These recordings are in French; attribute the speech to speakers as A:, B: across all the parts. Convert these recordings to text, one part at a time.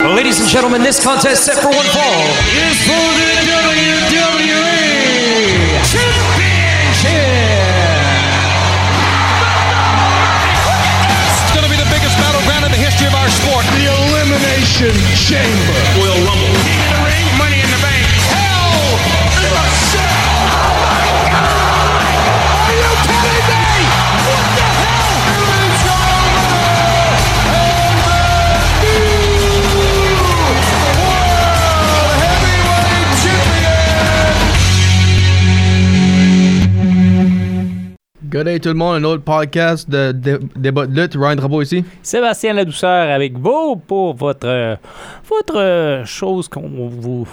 A: Ladies and gentlemen, this contest set for one fall is for the WWE Championship.
B: It's going to be the biggest battleground in the history of our sport.
C: The Elimination Chamber.
B: Royal Rumble.
D: King of the Ring, Money in the Bank.
C: Hell in a Cell. Oh my God! Are you kidding me? What the hell? It's over! And the new World Heavyweight Champion!
E: Good day tout le monde, un autre podcast de débat de lutte. Ryan Drapeau ici.
F: Sébastien Ladouceur avec vous pour votre chose qu'on vous...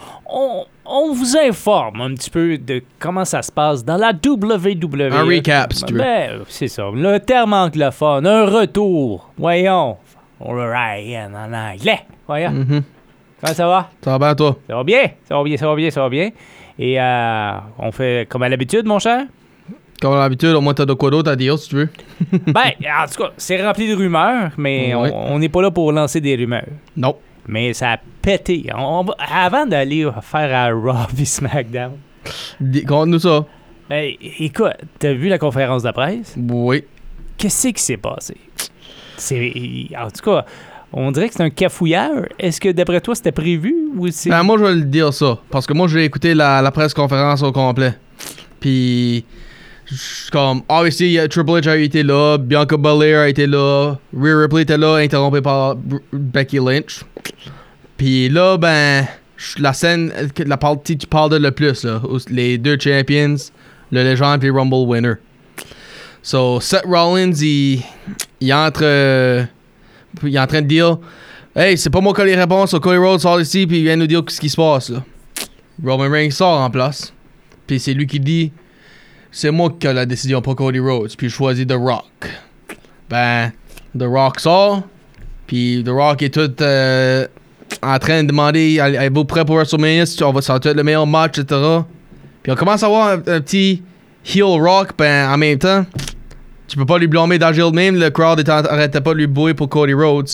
F: On vous informe un petit peu de comment ça se passe dans la WWE.
E: Un recap, si tu veux.
F: Ben, c'est ça. Le terme anglophone, un retour. Voyons. Ryan en anglais. Voyons. Comment ça va?
E: Ça va bien, toi?
F: Ça va bien. Et on fait comme à l'habitude, mon cher?
E: Comme d'habitude, au moins t'as de quoi d'autre à dire, si tu veux.
F: Ben, en tout cas, c'est rempli de rumeurs, mais
E: Ouais.
F: on n'est pas là pour lancer des rumeurs.
E: Non.
F: Mais ça a pété. Avant d'aller faire à Raw et SmackDown,
E: Conte-nous ça.
F: ben, écoute, t'as vu la conférence de presse?
E: Oui.
F: Qu'est-ce qui s'est passé? En tout cas, on dirait que c'est un cafouilleur. Est-ce que d'après toi, c'était prévu ou c'est...
E: Ben, moi, je vais le dire ça. Parce que moi, j'ai écouté la presse-conférence au complet. Puis, comme, obviously, Triple H a été là, Bianca Belair a été là, Rhea Ripley était là, interrompue par Becky Lynch. Puis là, ben, la scène, la partie qui parle de le plus, là, les deux champions, le légende puis Rumble winner. So, Seth Rollins, il est en train de dire, hey, c'est pas moi qui ai les réponses, so Cody Rhodes sort ici puis il vient nous dire ce qui se passe, là. Roman Reigns sort en place, puis c'est lui qui dit, c'est moi qui ai la décision, pas Cody Rhodes, puis je choisis The Rock. Ben, The Rock sort, puis The Rock est tout en train de demander, êtes-vous prêt pour WrestleMania, ça va être le meilleur match, etc. Puis on commence à voir un petit heel Rock, ben en même temps, tu peux pas lui blâmer d'agir de même, le crowd arrêtait pas de lui bouer pour Cody Rhodes,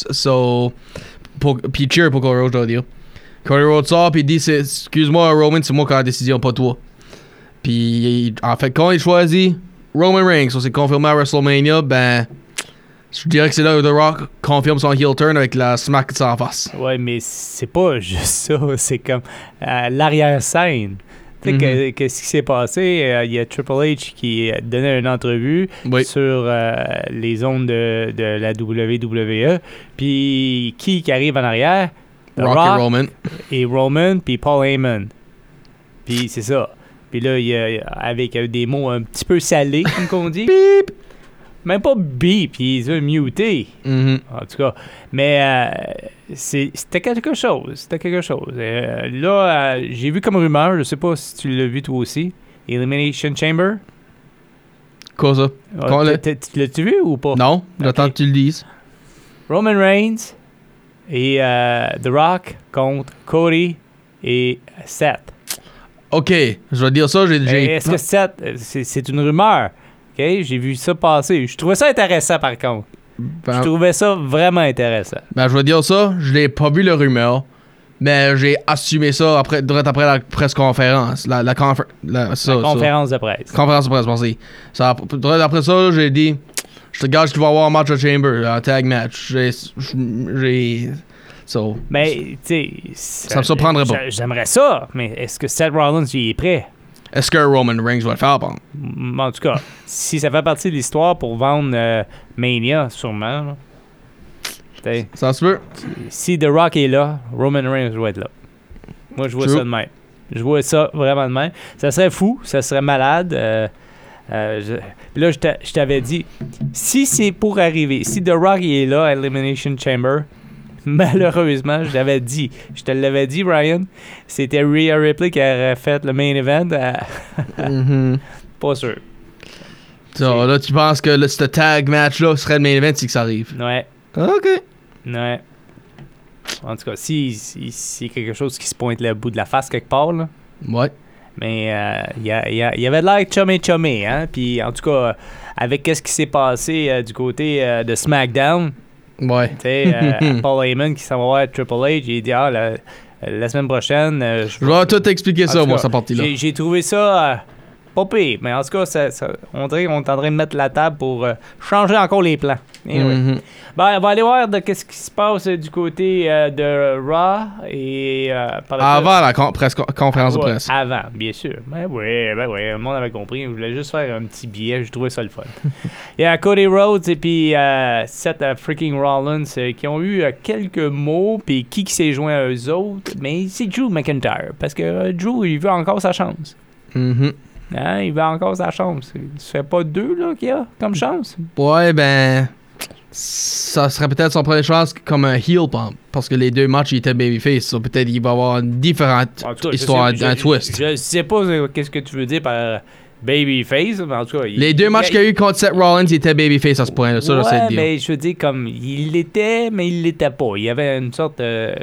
E: puis cheer pour Cody Rhodes, je dois dire. Cody Rhodes sort, puis il dit, excuse-moi Roman, c'est moi qui ai la décision, pas toi. Puis, en fait, quand il choisit Roman Reigns, ça c'est confirmé à WrestleMania, ben, je dirais que c'est là où The Rock confirme son heel turn avec la smack de sa face.
F: Ouais, mais c'est pas juste ça. C'est comme l'arrière-scène. Tu sais, qu'est-ce qui s'est passé? Il y a Triple H qui donnait une entrevue sur les ondes de la WWE. Puis, qui arrive en arrière? The
E: Rock et Roman.
F: Et Roman, puis Paul Heyman. Puis, c'est ça. Puis là, il y a, avec des mots un petit peu salés, comme qu'on dit.
E: Beep!
F: Même pas beep, ils ont muté. En tout cas. Mais c'était quelque chose. Là, j'ai vu comme rumeur, je sais pas si tu l'as vu toi aussi, Elimination Chamber.
E: Quoi ça?
F: L'as-tu vu ou pas?
E: Non, j'attends que tu le dises.
F: Roman Reigns et The Rock contre Cody et Seth.
E: Ok, je vais dire ça,
F: Est-ce que Seth, c'est une rumeur? Ok, j'ai vu ça passer. Je trouvais ça intéressant par contre. Je trouvais ça vraiment intéressant.
E: Ben, je vais dire ça, je l'ai pas vu le rumeur, mais j'ai assumé ça direct après la presse-conférence. La conférence
F: de presse.
E: Conférence de presse, merci. Direct après ça, j'ai dit, je te gage qu'il va y avoir un match de Chamber, un tag match.
F: Mais, tu sais...
E: Ça me surprendrait pas.
F: J'aimerais ça, mais est-ce que Seth Rollins y est prêt?
E: Est-ce que Roman Reigns va le faire, bon?
F: En tout cas, si ça fait partie de l'histoire pour vendre Mania, sûrement.
E: Ça se peut.
F: Si The Rock est là, Roman Reigns doit être là. Moi, je vois ça de même. Je vois ça vraiment de même. Ça serait fou, ça serait malade. Là, je t'avais dit, si c'est pour arriver, si The Rock est là à Elimination Chamber, malheureusement, je te l'avais dit, Ryan, c'était Rhea Ripley qui aurait fait le main event. Pas sûr.
E: So, là, tu penses que ce tag match-là serait le main event si que ça arrive?
F: Ouais.
E: OK.
F: Ouais. En tout cas, si quelque chose qui se pointe le bout de la face quelque part, là.
E: Ouais.
F: Mais il y avait de l'air chumé, hein. Puis en tout cas, avec ce qui s'est passé du côté de SmackDown,
E: Ouais.
F: Tu sais, Paul Heyman qui s'en va voir Triple H, il dit la semaine prochaine.
E: Je vais tout expliquer ça, moi, sa partie-là.
F: J'ai trouvé ça pas pire, mais en tout cas, on dirait qu'on est en train de mettre la table pour changer encore les plans. Anyway. Ben, on va aller voir qu'est-ce qui se passe du côté de Raw et par la
E: Avant la conférence de presse.
F: Avant, bien sûr. Ben oui, le monde avait compris. Je voulais juste faire un petit billet, je trouvais ça le fun. Il y a Cody Rhodes et puis Seth freaking Rollins qui ont eu quelques mots, puis qui s'est joint à eux autres, mais c'est Drew McIntyre, parce que Drew, il veut encore sa chance. Hein, il veut encore sa chance. Ça fait pas 2 là, qu'il y a comme chance.
E: Ouais, ben... Ça serait peut-être son première chance comme un heel pump. Parce que les 2 matchs, il était babyface. So peut-être il va avoir une différente histoire, un twist.
F: Je sais pas qu'est-ce que tu veux dire par babyface, mais en tout cas...
E: Les 2 matchs qu'il y a eu contre Seth Rollins, il était babyface à ce point-là. Ça, je sais le dire.
F: Mais je veux dire, comme, il l'était, mais il l'était pas. Il y avait une sorte...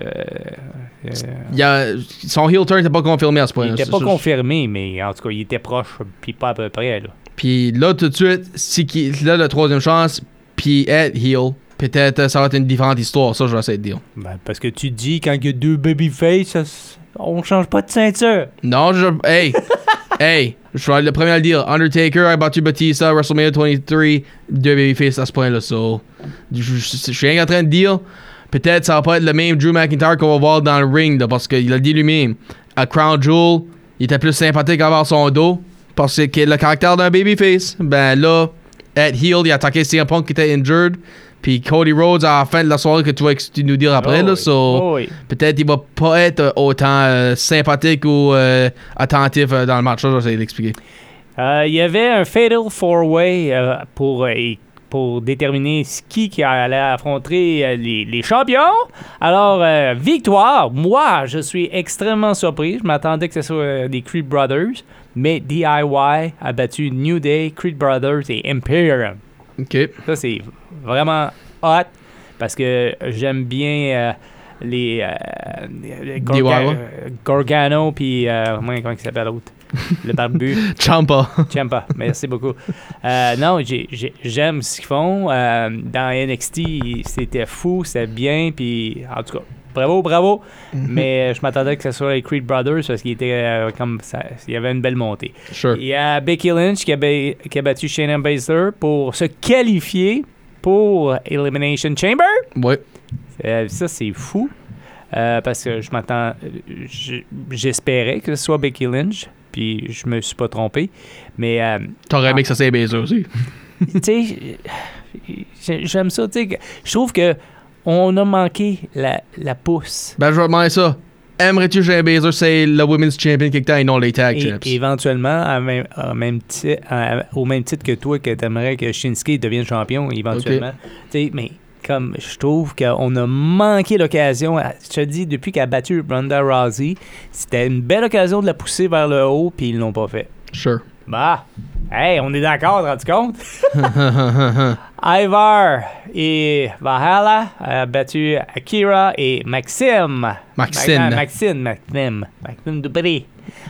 E: son heel turn n'était pas confirmé à ce point-là.
F: Il était pas confirmé, mais en tout cas, il était proche, puis pas à peu près, là.
E: Puis là, tout de suite, là, la 3e chance... Puis être heel, peut-être ça va être une différente histoire, ça je vais essayer de dire. Ben,
F: parce que tu dis quand il y a 2 babyface, on change pas de ceinture.
E: Non, hey, je vais être le premier à le dire. Undertaker a battu Batista, WrestleMania 23, 2 babyface à ce point-là, so. Je suis rien en train de dire, peut-être ça va pas être le même Drew McIntyre qu'on va voir dans le ring, là, parce qu'il a dit lui-même, à Crown Jewel, il était plus sympathique à voir son dos, parce qu'il a le caractère d'un babyface. Ben là, at heel, il a attaqué CM Punk qui était injured. Puis Cody Rhodes à la fin de la soirée que tu vas nous dire après. Là, so, peut-être il va pas être autant sympathique ou attentif dans le match. Là, j'essaie d'expliquer.
F: Il y avait un Fatal 4-Way pour déterminer qui allait affronter les champions. Alors, victoire. Moi, je suis extrêmement surpris. Je m'attendais que ce soit des Creed Brothers. Mais DIY a battu New Day, Creed Brothers et Imperium.
E: OK.
F: Ça, c'est vraiment hot parce que j'aime bien les Gargano puis comment il s'appelle l'autre? Le barbu.
E: Ciampa,
F: merci beaucoup. Non, j'aime ce qu'ils font. Dans NXT, c'était fou, c'était bien, puis en tout cas, bravo. Mais je m'attendais que ce soit les Creed Brothers parce qu'il était comme ça, il y avait une belle montée.
E: Sure.
F: Il y a Becky Lynch qui a battu Shayna Baszler pour se qualifier pour Elimination Chamber.
E: Oui.
F: Ça, c'est fou. Parce que j'espérais que ce soit Becky Lynch. Puis je me suis pas trompé. Mais.
E: T'aurais aimé que ça soit Baszler aussi.
F: Tu sais, j'aime ça. Tu sais, je trouve que on a manqué la pousse.
E: Ben, je vais te demander ça. Aimerais-tu que Shayna Baszler c'est le Women's Champion quelque temps et non les Tag Champs?
F: Éventuellement, au même titre que toi, que t'aimerais que Shinsuke devienne champion, éventuellement. Okay. Tu sais, mais. Comme je trouve qu'on a manqué l'occasion, je te dis, depuis qu'elle a battu Ronda Rousey, c'était une belle occasion de la pousser vers le haut, puis ils l'ont pas fait.
E: Sure.
F: Bah, hey, on est d'accord, rendu compte? Ivar et Valhalla a battu Akira et Maxime Dupré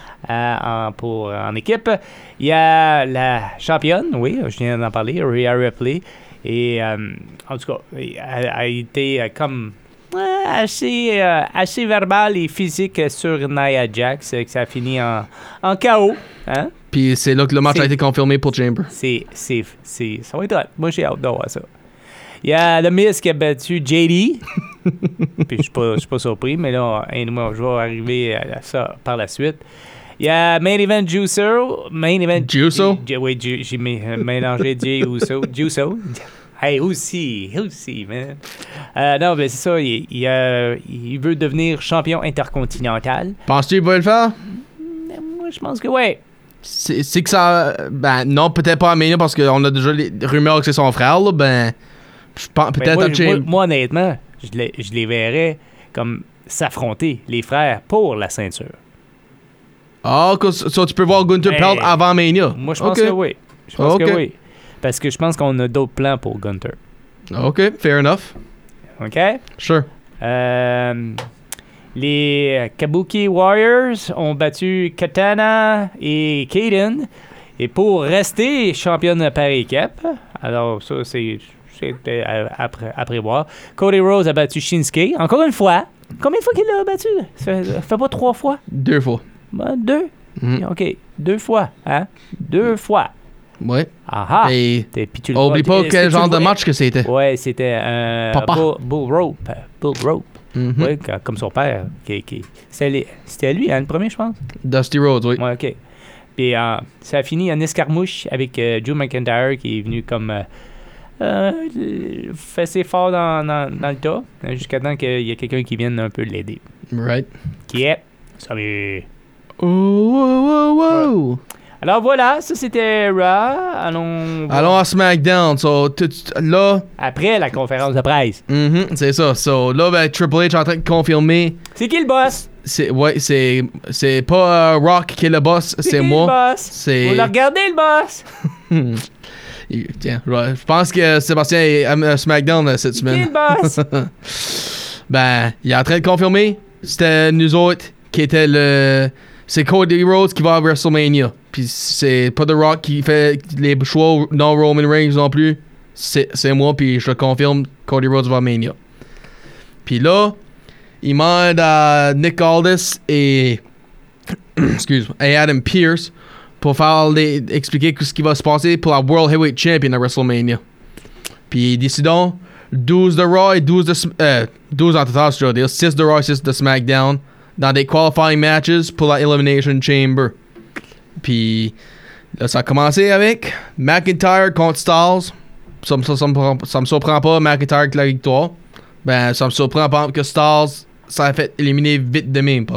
F: en équipe. Il y a la championne, oui, je viens d'en parler, Rhea Ripley. Et en tout cas, elle a été comme assez verbal et physique sur Nia Jax, que ça a fini en KO. Hein?
E: Puis c'est là que le match a été confirmé pour Chamber.
F: Ça va être hot. Moi, j'ai hâte de voir ça. Il y a le Miz qui a battu JD. Puis je suis pas surpris, mais là, je vais arriver à ça par la suite. Il y a Main Event Juuso. Oui, j'ai mélangé Jey Uso. Juuso. Hey, aussi, man. Non, mais c'est ça, il veut devenir champion intercontinental.
E: Penses-tu qu'il va le faire?
F: Moi, je pense que oui.
E: C'est que ça... Ben, non, peut-être pas à Mania parce qu'on a déjà les rumeurs que c'est son frère, là. Ben, je pense peut-être
F: moi, honnêtement, je les verrais comme s'affronter, les frères, pour la ceinture.
E: Ah, so tu peux voir Gunther Pelt avant Mania?
F: Moi, je pense que oui. Je pense que oui. Parce que je pense qu'on a d'autres plans pour Gunther.
E: OK, fair enough.
F: OK?
E: Sure.
F: Les Kabuki Warriors ont battu Katana et Kaden. Et pour rester championne par équipe, alors ça, c'est C'était à prévoir. Cody Rhodes a battu Shinsuke. Encore une fois. Combien de fois qu'il l'a battu? Ça fait pas 3 fois?
E: 2 fois.
F: 2? OK. 2 fois. Hein? 2 fois.
E: Ouais.
F: Ah ah!
E: Et
F: Puis tu le
E: oublie
F: vois,
E: pas quel genre de match que c'était.
F: Ouais, c'était un bull rope. Bull rope.
E: Mhm.
F: Ouais, comme son père. C'était lui, hein, le premier, je pense.
E: Dusty Rhodes, oui.
F: Ouais, OK. Puis ça a fini en escarmouche avec Drew McIntyre qui est venu comme fesser fort dans le tas jusqu'à temps qu'il y ait quelqu'un qui vienne un peu l'aider.
E: Right.
F: Qui est... Salut!
E: Oh, wow, wow, wow.
F: Alors voilà, ça c'était Raw. Allons
E: à SmackDown. So, là...
F: Après la conférence de presse.
E: C'est ça. So, là, ben, Triple H est en train de confirmer...
F: C'est qui le boss?
E: C'est pas Rock qui est le boss, c'est moi.
F: Le boss?
E: C'est...
F: Vous le regardez, le boss?
E: Tiens, je pense que Sébastien est à SmackDown cette semaine.
F: Qui est le boss?
E: Ben, il est en train de confirmer. C'était nous autres qui était le... C'est Cody Rhodes qui va à WrestleMania. Puis c'est pas The Rock qui fait les choix, non Roman Reigns non plus. C'est moi, puis je te confirme, Cody Rhodes va à Mania. Puis là, il demande à Nick Aldis et... et Adam Pearce pour expliquer ce qui va se passer pour la World Heavyweight Champion à WrestleMania. Puis décidons 12 de Raw et 12 en total, je veux dire. 6 de Raw et 6 de SmackDown dans des qualifying matches pour la Elimination Chamber. Puis là, ça a commencé avec McIntyre contre Styles. Ça me surprend pas, McIntyre avec la victoire. Ben, ça me surprend pas que Styles ça a fait éliminer vite de même.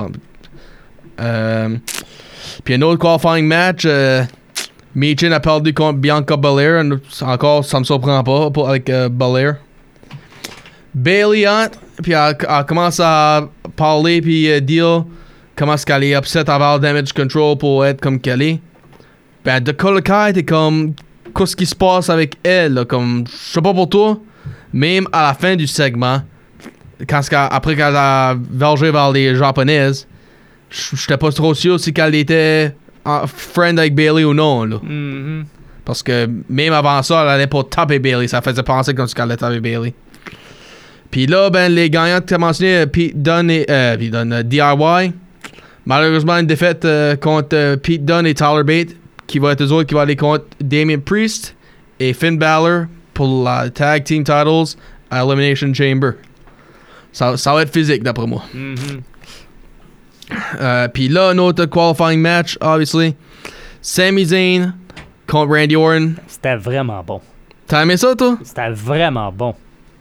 E: Puis un autre qualifying match, Michin a perdu contre Bianca Belair. Encore, ça me surprend pas avec Belair. Bayley entre, puis elle commence à parler, puis dire comment est-ce qu'elle est upset avoir Damage Control pour être comme qu'elle est. Ben, Dakota Kai était comme, qu'est-ce qui se passe avec elle, là, comme, je sais pas pour toi, même à la fin du segment, après qu'elle a vergé vers les japonaises, j'étais pas trop sûr si qu'elle était friend avec Bayley ou non, là.
F: Mm-hmm.
E: Parce que même avant ça, elle allait pas taper Bayley, ça faisait penser comme si qu'elle allait taper Bayley. Puis là, ben, les gagnants que tu as mentionné, Pete Dunne et DIY. Malheureusement, une défaite contre Pete Dunne et Tyler Bate, qui va être eux autres qui vont aller contre Damien Priest et Finn Balor pour la Tag Team Titles à Elimination Chamber. Ça va être physique, d'après moi.
F: Mm-hmm.
E: Puis là, un autre qualifying match, obviously. Sami Zayn contre Randy Orton.
F: C'était vraiment bon.
E: T'as aimé ça, toi?
F: C'était vraiment bon.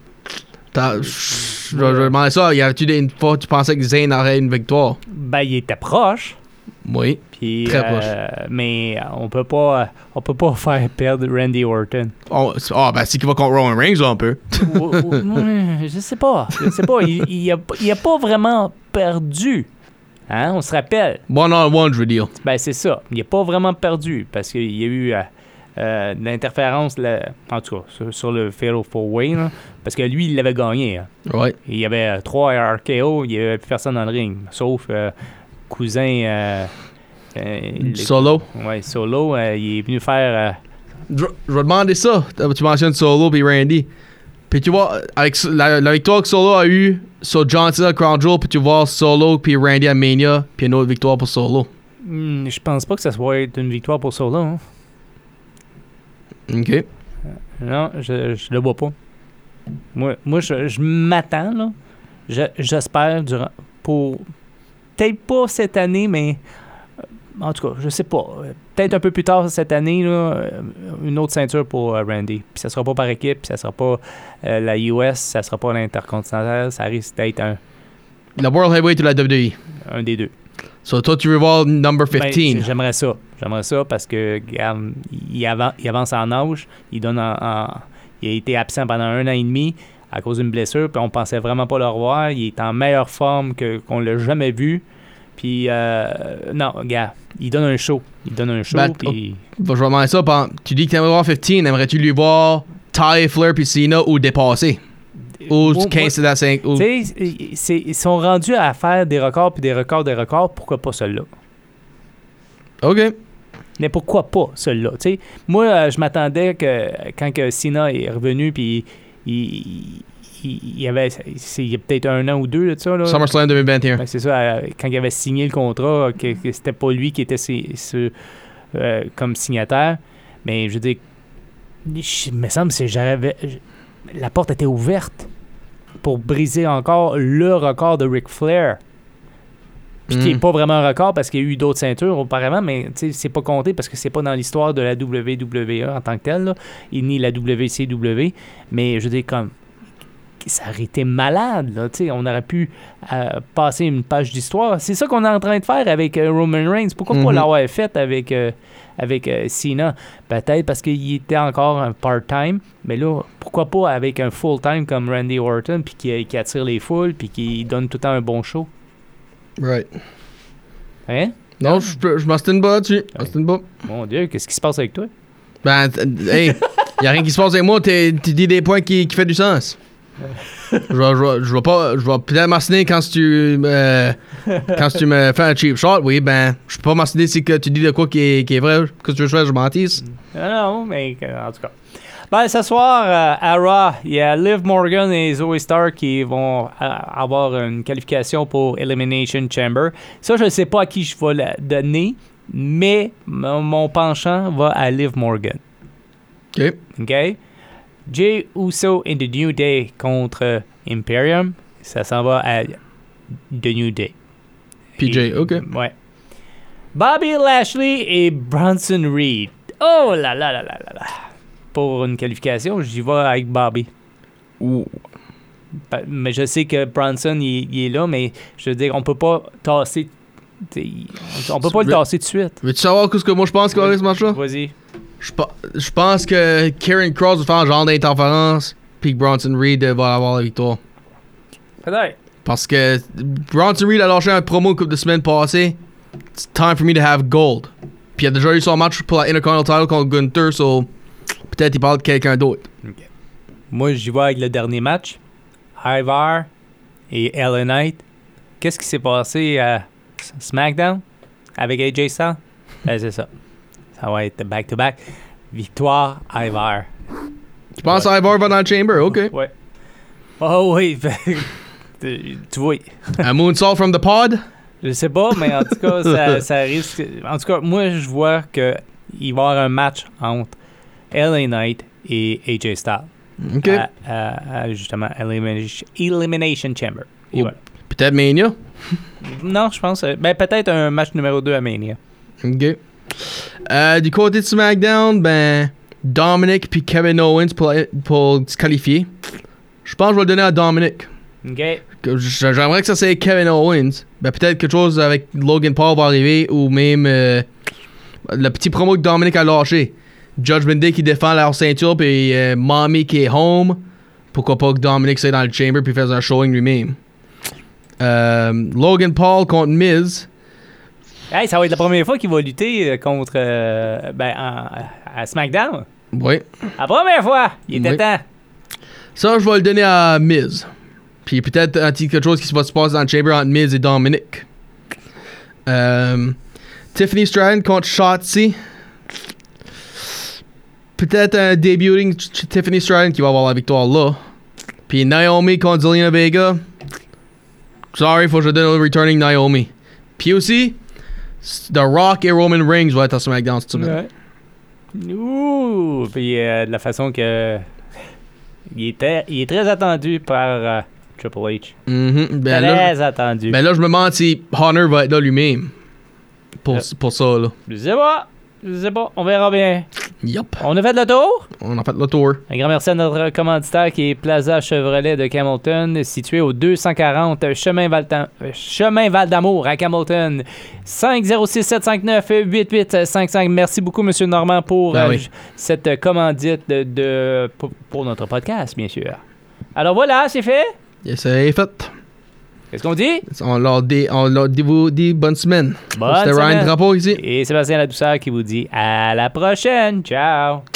E: Je demandais ça. Y a-tu une fois tu pensais que Zayn aurait une victoire?
F: Ben, il était proche.
E: Oui.
F: Puis,
E: très proche.
F: Mais on peut pas faire perdre Randy Orton.
E: Ben, c'est qu'il va contre Roman Reigns, un peu.
F: Je sais pas. Il a pas vraiment perdu. Hein? On se rappelle.
E: One-on-one, je veux dire.
F: Ben, c'est ça. Il a pas vraiment perdu parce qu'il y a eu de l'interférence, en tout cas, sur le Fatal 4-Way, là, parce que lui, il l'avait gagné. Hein.
E: Ouais.
F: Il y avait 3 RKO, il n'y avait plus personne dans le ring, sauf cousin...
E: Solo.
F: Ouais, Solo, il est venu faire...
E: Je vais demander ça. Tu mentionnes Solo puis Randy. Puis tu vois, avec la victoire que Solo a eue sur John Cena, Crown Jewel, puis tu vois Solo puis Randy à Mania, puis une autre victoire pour Solo.
F: Je pense pas que ça soit une victoire pour Solo. Hein.
E: OK.
F: Non, je le vois pas. Moi je m'attends, là. J'espère pour... Peut-être pas cette année, mais... En tout cas, je sais pas. Peut-être un peu plus tard cette année, là, une autre ceinture pour Randy. Puis ça sera pas par équipe, puis ça sera pas la US, ça sera pas l'Intercontinental, ça risque d'être
E: la World Heavyweight ou la WWE?
F: Un des deux.
E: So toi, tu veux voir number 15?
F: Ben, j'aimerais ça. J'aimerais ça parce que, regarde, il avance en âge. Il a été absent pendant 1 an et demi à cause d'une blessure, puis on pensait vraiment pas le revoir. Il est en meilleure forme qu'on l'a jamais vu. Puis, non, gars, il donne un show. Puis...
E: Je vais demander ça. Tu dis que tu aimerais voir 15. Aimerais-tu lui voir Ty, Flair puis Cena ou dépasser? Ou 15 à 5?
F: Tu sais, ils sont rendus à faire des records puis des records. Pourquoi pas celui-là?
E: OK.
F: Mais pourquoi pas, celui-là? T'sais, moi, je m'attendais que quand que Cena est revenu, puis il y avait peut-être 1 an ou 2 de ça. Là.
E: SummerSlam 2021.
F: Ben, c'est ça, quand il avait signé le contrat, que c'était pas lui qui était comme signataire. Mais je veux dire, il me semble que la porte était ouverte pour briser encore le record de Ric Flair. Puis qui n'est pas vraiment un record parce qu'il y a eu d'autres ceintures auparavant, mais c'est pas compté parce que c'est pas dans l'histoire de la WWE en tant que telle, là, ni la WCW. Mais je veux dire, comme ça aurait été malade, là, on aurait pu passer une page d'histoire. C'est ça qu'on est en train de faire avec Roman Reigns. Pourquoi pas l'avoir fait avec Cena? Peut-être parce qu'il était encore un part-time, mais là, pourquoi pas avec un full-time comme Randy Orton, puis qui attire les foules, puis qui donne tout le temps un bon show?
E: Right.
F: Hein?
E: Non, je m'ostine pas là-dessus.
F: Mon Dieu, qu'est-ce qui se passe avec toi?
E: Ben, hey, y a rien qui se passe avec moi. Tu dis des points qui fait du sens. Je vais peut-être m'ostiner quand tu me fais un cheap shot, oui, ben, je peux pas m'ostiner si que tu dis de quoi qui est vrai. Qu'est-ce que tu veux faire, je mentisse?
F: Non, mais en tout cas. Ben, ce soir, à Raw, il y a Liv Morgan et Zoe Stark qui vont avoir une qualification pour Elimination Chamber. Ça, je ne sais pas à qui je vais la donner, mais mon penchant va à Liv Morgan. OK? Jey Uso et The New Day contre Imperium. Ça s'en va à The New Day.
E: PJ, OK.
F: Ouais. Bobby Lashley et Bronson Reed. Oh là là là là là là. Pour une qualification, j'y vais avec Bobby.
E: Ouh.
F: Mais je sais que Bronson, il est là, mais je veux dire, on peut pas tasser. On peut pas le tasser tout de suite.
E: Veux-tu savoir ce que moi je pense qu'il va avoir ce match-là?
F: Vas-y.
E: Je pense que Karen Cross va faire un genre d'interférence, puis que Bronson Reed va avoir la victoire.
F: Peut-être.
E: Parce que Bronson Reed a lâché un promo couple de semaines passées. It's time for me to have gold. Puis il a déjà eu son match pour la Intercontinental contre Gunther, so peut-être il parle de quelqu'un d'autre.
F: Okay. Moi, j'y vais avec le dernier match. Ivar et LA Knight. Qu'est-ce qui s'est passé à SmackDown avec AJ Styles? Ben, c'est ça. Ça va être back-to-back. Victoire, Ivar.
E: Tu penses que Ivar va dans le Chamber? OK.
F: Ouais. Oh oui. Tu vois.
E: Un moonsault from the pod?
F: Je sais pas, mais en tout cas, ça risque... En tout cas, moi, je vois qu'il va y avoir un match entre LA Knight et AJ Styles.
E: OK.
F: Justement, Elimination Chamber.
E: Oh, peut-être Mania?
F: Non, je pense... Ben, peut-être un match numéro 2 à Mania.
E: OK. Du côté de SmackDown, ben, Dominic puis Kevin Owens pour se qualifier. Je pense que je vais le donner à Dominic.
F: OK.
E: J'aimerais que ça soit Kevin Owens. Ben, peut-être quelque chose avec Logan Paul va arriver ou même le petit promo que Dominic a lâché. Judgment Day qui défend leur ceinture puis Mommy qui est home. Pourquoi pas que Dominic soit dans le chamber puis fasse un showing lui-même. Logan Paul contre Miz.
F: Hey, ça va être la première fois qu'il va lutter contre à SmackDown.
E: Oui.
F: La première fois! Il était temps.
E: Ça, je vais le donner à Miz. Puis peut-être quelque chose qui va se passer dans le chamber entre Miz et Dominic. Tiffany Stratton contre Shotzi. Peut-être un debuting Tiffany Stratton qui va avoir la victoire là. Puis Naomi contre Zelina Vega. Sorry, faut que je donne le returning Naomi. Puis aussi, The Rock et Roman Reigns vont être à SmackDown cette semaine.
F: Ouais. Ouh! Puis de la façon que... Il est très attendu par Triple H.
E: Ben
F: très attendu.
E: Ben là, je me demande si Hunter va être là lui-même. Pour ça, là.
F: Je sais pas. On verra bien.
E: Yup.
F: On a fait le tour?
E: On a fait le tour.
F: Un grand merci à notre commanditaire qui est Plaza Chevrolet de Camelton, situé au 240 Chemin Val d'Amour à Camelton. 506-759-8855. Merci beaucoup, M. Normand, pour cette commandite pour notre podcast, bien sûr. Alors voilà, c'est fait.
E: Yes, c'est fait.
F: Qu'est-ce qu'on dit?
E: On leur dit bonne semaine.
F: Bonne
E: C'était
F: semaine.
E: Ryan Drapeau ici.
F: Et Sébastien Ladouceur qui vous dit à la prochaine. Ciao.